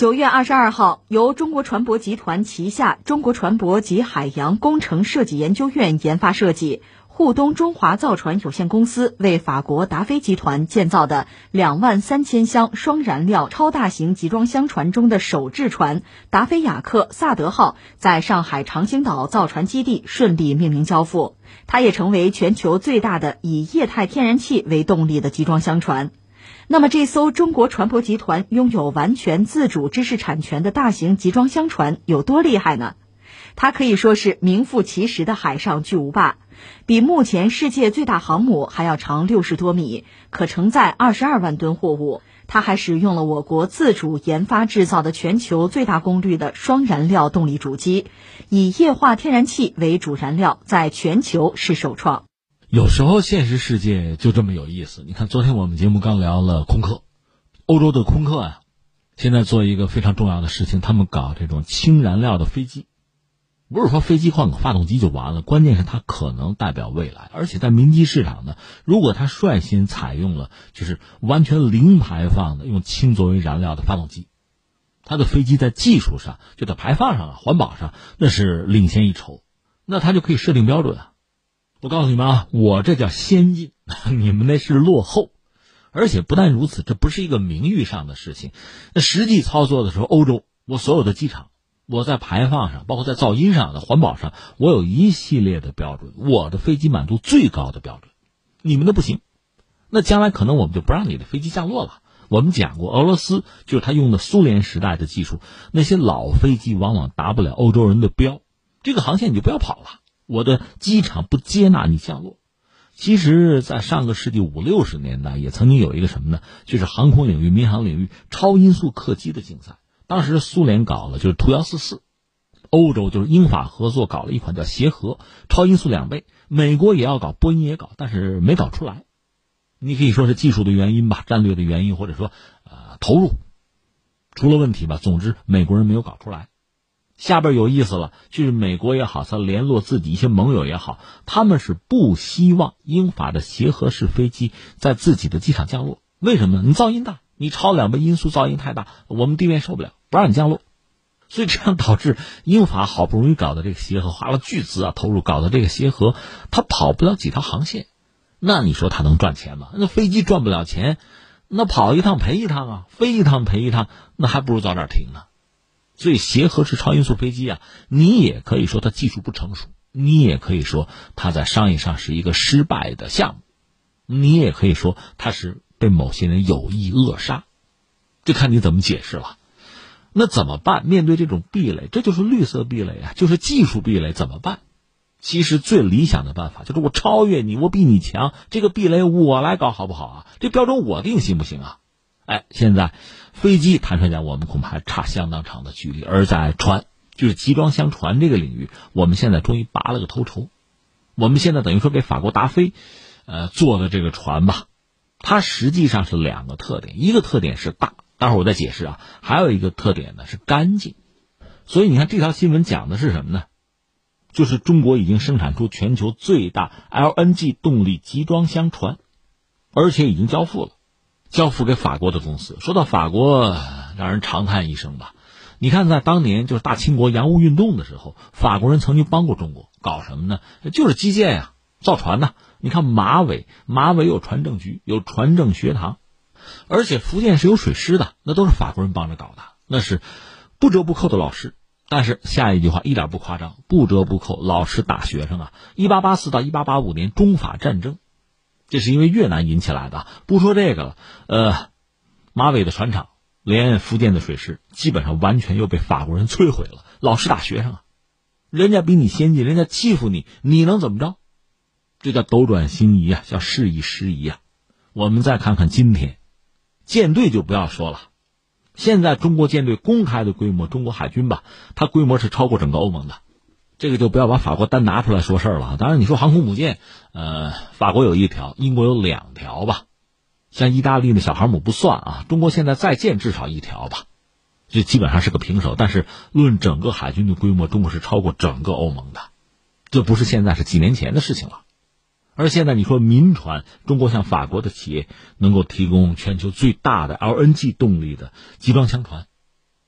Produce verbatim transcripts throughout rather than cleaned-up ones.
九月二十二号，由中国船舶集团旗下中国船舶及海洋工程设计研究院研发设计，沪东中华造船有限公司为法国达菲集团建造的两万三千箱双燃料超大型集装箱船中的首质船达菲雅克萨德号，在上海长兴岛造船基地顺利命名交付。它也成为全球最大的以液态天然气为动力的集装箱船。那么这艘中国船舶集团拥有完全自主知识产权的大型集装箱船有多厉害呢？它可以说是名副其实的海上巨无霸，比目前世界最大航母还要长六十多米，可承载二十二万吨货物。它还使用了我国自主研发制造的全球最大功率的双燃料动力主机，以液化天然气为主燃料，在全球是首创。 有时候现实世界就这么有意思。你看，昨天我们节目刚聊了空客，欧洲的空客啊，现在做一个非常重要的事情，他们搞这种氢燃料的飞机。不是说飞机换个发动机就完了，关键是它可能代表未来，而且在民机市场呢，如果它率先采用了就是完全零排放的用氢作为燃料的发动机，它的飞机在技术上就在排放上啊、环保上那是领先一筹，那它就可以设定标准啊。我告诉你们啊，我这叫先进，你们那是落后。而且不但如此，这不是一个名誉上的事情，那实际操作的时候，欧洲我所有的机场，我在排放上，包括在噪音上的环保上，我有一系列的标准，我的飞机满足最高的标准，你们的不行。那将来可能我们就不让你的飞机降落了。我们讲过，俄罗斯就是他用的苏联时代的技术，那些老飞机往往达不了欧洲人的标，这个航线你就不要跑了，我的机场不接纳你降落。其实在上个世纪五六十年代也曾经有一个什么呢，就是航空领域、民航领域超音速客机的竞赛。当时苏联搞了就是图幺四四，欧洲就是英法合作搞了一款叫协和，超音速两倍，美国也要搞，波音也搞，但是没搞出来。你可以说是技术的原因吧，战略的原因，或者说呃投入出了问题吧，总之美国人没有搞出来。下边有意思了，就是美国也好，他联络自己一些盟友也好，他们是不希望英法的协和式飞机在自己的机场降落。为什么呢？你噪音大，你超两倍音速噪音太大，我们地面受不了，不让你降落。所以这样导致英法好不容易搞的这个协和，花了巨资啊投入搞的这个协和，它跑不了几条航线。那你说它能赚钱吗？那飞机赚不了钱，那跑一趟赔一趟啊，飞一趟赔一趟，那还不如早点停呢。所以协和式超音速飞机啊，你也可以说它技术不成熟，你也可以说它在商业上是一个失败的项目，你也可以说它是被某些人有意扼杀，这看你怎么解释了。那怎么办？面对这种壁垒，这就是绿色壁垒啊，就是技术壁垒，怎么办？其实最理想的办法就是我超越你，我比你强，这个壁垒我来搞好不好啊？这标准我定行不行啊？哎，现在飞机坦率讲我们恐怕还差相当长的距离，而在船就是集装箱船这个领域，我们现在终于拔了个头筹。我们现在等于说给法国达菲呃做的这个船吧，它实际上是两个特点，一个特点是大，待会儿我再解释啊，还有一个特点呢是干净。所以你看这条新闻讲的是什么呢？就是中国已经生产出全球最大 L N G 动力集装箱船，而且已经交付了，交付给法国的公司。说到法国，让人长叹一声吧。你看在当年就是大清国洋务运动的时候，法国人曾经帮过中国，搞什么呢？就是基建呀、造船呐。你看马尾，马尾有船政局，有船政学堂，而且福建是有水师的，那都是法国人帮着搞的，那是不折不扣的老师。但是下一句话一点不夸张，不折不扣，老师打学生啊。一八八四到一八八五年中法战争，这是因为越南引起来的。不说这个了，呃，马尾的船厂连福建的水师基本上完全又被法国人摧毁了。老师打学生啊，人家比你先进，人家欺负你，你能怎么着？这叫斗转星移啊，叫适宜时移啊。我们再看看今天，舰队就不要说了。现在中国舰队公开的规模，中国海军吧，它规模是超过整个欧盟的，这个就不要把法国单拿出来说事儿了。当然你说航空母舰，呃，法国有一条，英国有两条吧，像意大利的小航母不算啊，中国现在在建至少一条吧，这基本上是个平手。但是论整个海军的规模，中国是超过整个欧盟的，这不是现在，是几年前的事情了。而现在你说民船，中国像法国的企业能够提供全球最大的 L N G 动力的集装箱船，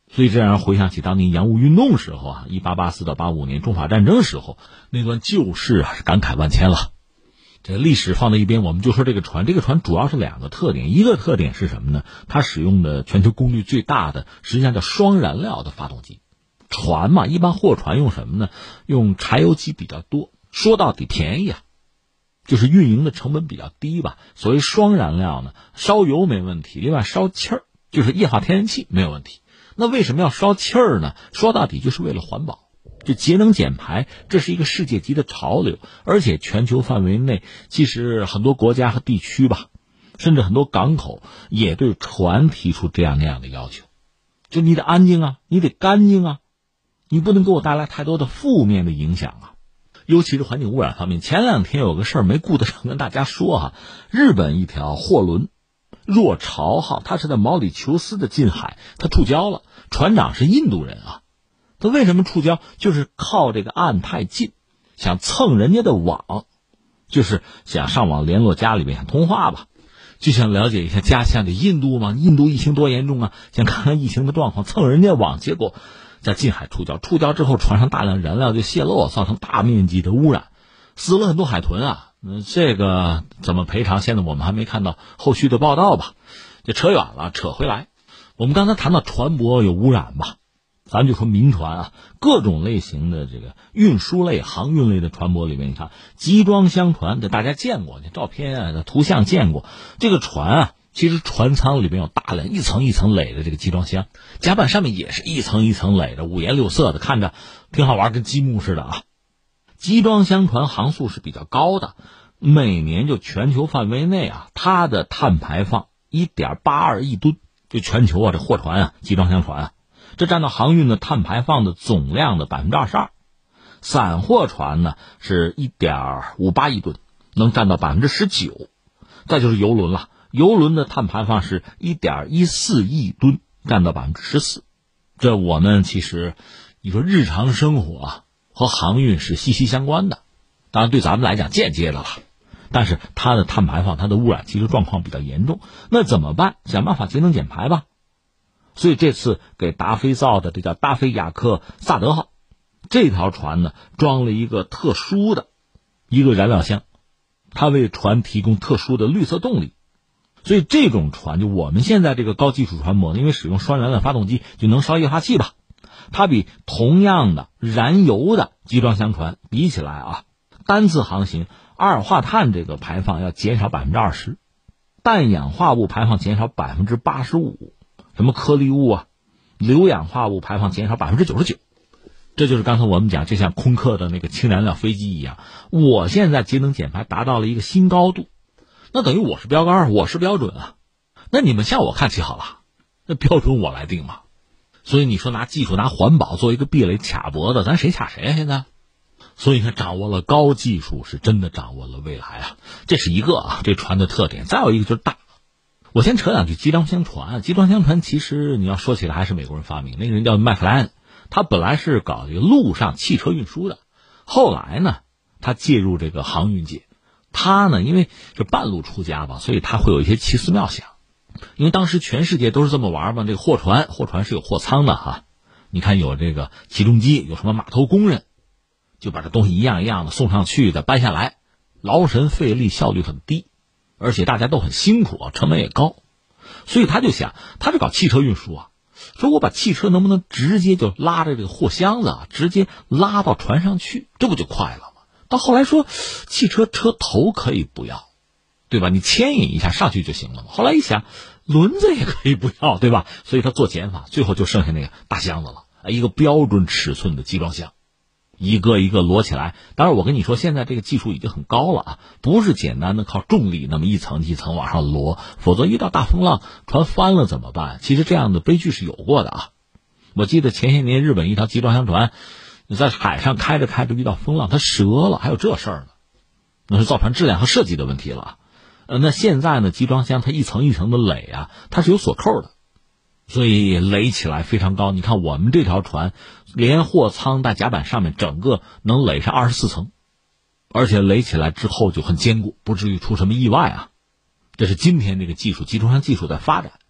所以这让人回想起当年洋务运动时候啊，一八八四到八五年中法战争时候那段旧事啊，是感慨万千了。这历史放在一边，我们就说这个船，这个船主要是两个特点，一个特点是什么呢？它使用的全球功率最大的，实际上叫双燃料的发动机。船嘛，一般货船用什么呢？用柴油机比较多，说到底便宜啊，就是运营的成本比较低吧。所谓双燃料呢，烧油没问题，另外烧气儿，就是液化天然气没有问题。那为什么要烧气儿呢？说到底就是为了环保，就节能减排，这是一个世界级的潮流，而且全球范围内，其实很多国家和地区吧，甚至很多港口也对船提出这样那样的要求，就你得安静啊，你得干净啊，你不能给我带来太多的负面的影响啊。尤其是环境污染方面，前两天有个事儿没顾得上跟大家说哈，日本一条货轮若潮号，它是在毛里求斯的近海，它触礁了，船长是印度人啊。他为什么触礁？就是靠这个岸太近，想蹭人家的网，就是想上网联络家里面，想通话吧，就想了解一下家乡的印度嘛，印度疫情多严重啊，想看看疫情的状况，蹭人家网，结果在近海触礁，触礁之后船上大量燃料就泄漏，造成大面积的污染，死了很多海豚啊。嗯，这个怎么赔偿？现在我们还没看到后续的报道吧。就扯远了，扯回来，我们刚才谈到船舶有污染吧，咱就说民船啊，各种类型的这个运输类、航运类的船舶里面，你看集装箱船，这大家见过，这照片啊、图像见过。这个船啊，其实船舱里面有大量一层一层垒的这个集装箱，甲板上面也是一层一层垒的，五颜六色的，看着挺好玩，跟积木似的啊。集装箱船航速是比较高的，每年就全球范围内啊，它的碳排放 一点八二亿吨，就全球啊这货船啊、集装箱船啊，这占到航运的碳排放的总量的 百分之二十二。 散货船呢是 一点五八亿吨，能占到 百分之十九。 再就是邮轮了，邮轮的碳排放是 一点一四亿吨，占到 百分之十四。 这我们其实你说日常生活啊和航运是息息相关的，当然对咱们来讲间接的了，但是它的碳排放、它的污染其实状况比较严重。那怎么办？想办法节能减排吧。所以这次给达菲造的这叫达菲雅克萨德号这条船呢，装了一个特殊的一个燃料箱，它为船提供特殊的绿色动力。所以这种船，就我们现在这个高技术船舶，因为使用双燃料发动机，就能烧液化气吧，它比同样的燃油的集装箱船比起来啊，单次航行二氧化碳这个排放要减少 百分之二十， 氮氧化物排放减少 百分之八十五， 什么颗粒物啊、硫氧化物排放减少 百分之九十九。 这就是刚才我们讲，就像空客的那个氢燃料飞机一样，我现在节能减排达到了一个新高度，那等于我是标杆，我是标准啊。那你们向我看齐好了，那标准我来定嘛。所以你说拿技术、拿环保做一个壁垒卡脖子，咱谁卡谁啊现在？所以你看，掌握了高技术是真的掌握了未来啊，这是一个啊，这船的特点。再有一个就是大。我先扯两句集装箱船。集装箱船其实你要说起来还是美国人发明，那个人叫麦克莱恩，他本来是搞这个陆上汽车运输的，后来呢他介入这个航运界。他呢因为是半路出家吧，所以他会有一些奇思妙想。因为当时全世界都是这么玩嘛，这个货船货船是有货舱的哈，你看有这个起重机，有什么码头工人，就把这东西一样一样的送上去的搬下来，劳神费力，效率很低，而且大家都很辛苦啊，成本也高。所以他就想，他是搞汽车运输啊，说我把汽车能不能直接就拉着这个货箱子啊，直接拉到船上去，这不就快了吗？到后来说汽车车头可以不要，对吧？你牵引一下上去就行了嘛。后来一想，轮子也可以不要，对吧？所以他做减法，最后就剩下那个大箱子了，一个标准尺寸的集装箱，一个一个摞起来。当然我跟你说，现在这个技术已经很高了啊，不是简单的靠重力那么一层一层往上摞，否则遇到大风浪船翻了怎么办？其实这样的悲剧是有过的啊。我记得前些年日本一条集装箱船在海上开着开着遇到风浪，它折了，还有这事儿呢，那是造船质量和设计的问题了。呃，那现在呢，集装箱它一层一层的垒啊，它是有锁扣的，所以垒起来非常高。你看我们这条船，连货舱带甲板上面整个能垒上二十四层，而且垒起来之后就很坚固，不至于出什么意外啊。这是今天这个技术，集装箱技术在发展。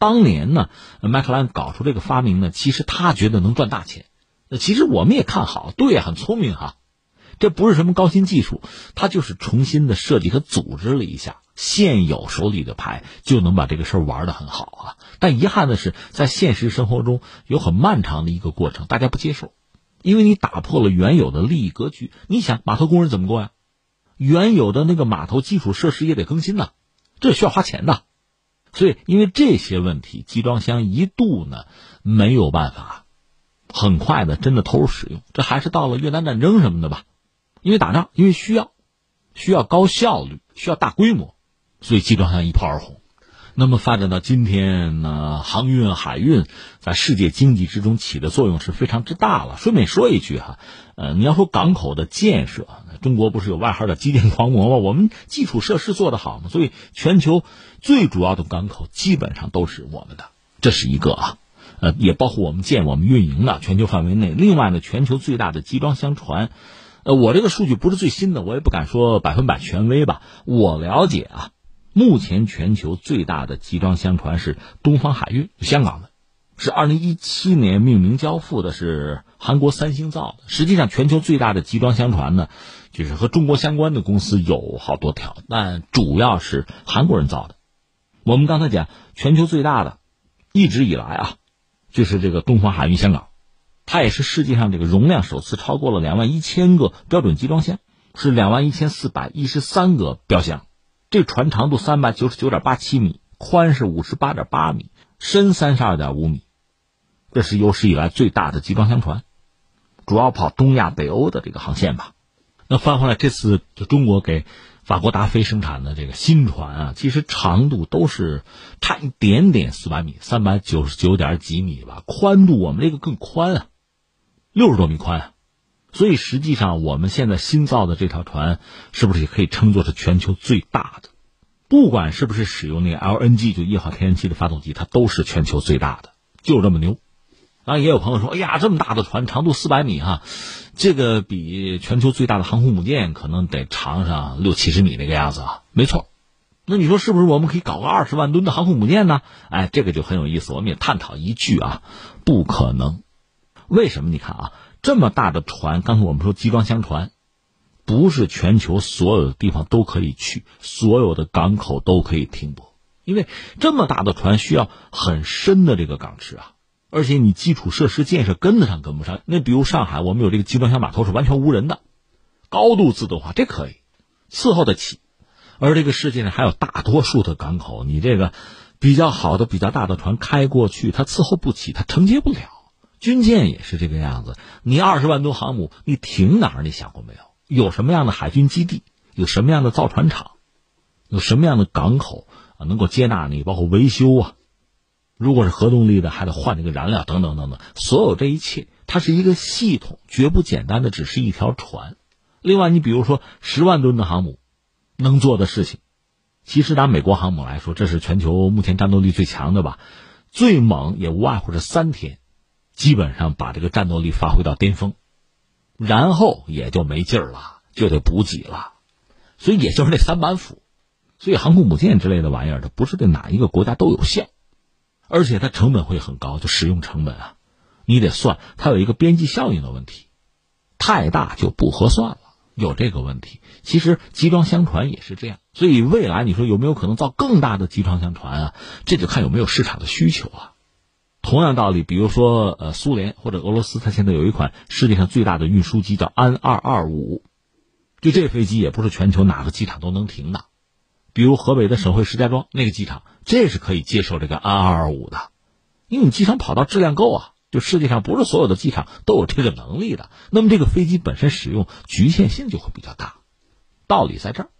当年呢，麦克兰搞出这个发明呢，其实他觉得能赚大钱。其实我们也看好，对，很聪明哈。这不是什么高新技术，他就是重新的设计和组织了一下现有手里的牌，就能把这个事儿玩得很好啊。但遗憾的是，在现实生活中有很漫长的一个过程，大家不接受，因为你打破了原有的利益格局。你想，码头工人怎么过呀？原有的那个码头基础设施也得更新呐，这需要花钱的。所以因为这些问题，集装箱一度呢没有办法很快的真的投入使用。这还是到了越南战争什么的吧，因为打仗，因为需要需要高效率，需要大规模，所以集装箱一炮而红。那么发展到今天呢，航运海运在世界经济之中起的作用是非常之大了。顺便说一句哈，呃，你要说港口的建设，中国不是有外号的基建狂魔吗？我们基础设施做得好嘛，所以全球最主要的港口基本上都是我们的，这是一个啊。呃，也包括我们建我们运营的全球范围内。另外呢，全球最大的集装箱船，呃，我这个数据不是最新的，我也不敢说百分百权威吧。我了解啊，目前全球最大的集装箱船是东方海运，香港的，是二零一七年命名交付的，是韩国三星造的。实际上，全球最大的集装箱船呢，就是和中国相关的公司有好多条，但主要是韩国人造的。我们刚才讲，全球最大的，一直以来啊，就是这个东方海运香港，它也是世界上这个容量首次超过了两万一千个标准集装箱，是两万一千四百一十三个标箱。这船长度三百九十九点八七米，宽是五十八点八米，深三十二点五米。这是有史以来最大的集装箱船，主要跑东亚北欧的这个航线吧。那翻回来，这次就中国给法国达菲生产的这个新船啊，其实长度都是差一点点四百米，三百九十九点几米吧。宽度我们这个更宽啊，六十多米宽啊。所以实际上我们现在新造的这条船，是不是也可以称作是全球最大的？不管是不是使用那个 L N G 就液化天然气的发动机，它都是全球最大的，就这么牛。当然也有朋友说，哎呀，这么大的船，长度四百米哈，这个比全球最大的航空母舰可能得长上六七十米那个样子啊。没错，那你说是不是我们可以搞个二十万吨的航空母舰呢？哎，这个就很有意思。我们也探讨一句啊，不可能。为什么？你看啊，这么大的船，刚才我们说集装箱船，不是全球所有的地方都可以去，所有的港口都可以停泊，因为这么大的船需要很深的这个港池啊。而且你基础设施建设跟得上跟不上。那比如上海，我们有这个集装箱码头是完全无人的，高度自动化，这可以伺候得起。而这个世界上还有大多数的港口，你这个比较好的比较大的船开过去，它伺候不起，它承接不了。军舰也是这个样子，你二十万吨航母，你停哪儿？你想过没有？有什么样的海军基地？有什么样的造船厂？有什么样的港口啊能够接纳你？包括维修啊，如果是核动力的，还得换这个燃料等等等等。所有这一切，它是一个系统，绝不简单的只是一条船。另外，你比如说十万吨的航母能做的事情，其实拿美国航母来说，这是全球目前战斗力最强的吧，最猛也无外乎是三天，基本上把这个战斗力发挥到巅峰，然后也就没劲儿了，就得补给了。所以也就是那三板斧。所以航空母舰之类的玩意儿，它不是对哪一个国家都有效，而且它成本会很高，就使用成本啊，你得算，它有一个边际效应的问题，太大就不合算了，有这个问题。其实集装箱船也是这样，所以未来你说有没有可能造更大的集装箱船啊？这就看有没有市场的需求了。同样道理，比如说呃，苏联或者俄罗斯，它现在有一款世界上最大的运输机叫安二二五，就这飞机也不是全球哪个机场都能停的。比如河北的省会石家庄那个机场，这是可以接受这个安二二五的，因为你机场跑道质量够啊，就世界上不是所有的机场都有这个能力的，那么这个飞机本身使用局限性就会比较大，道理在这儿。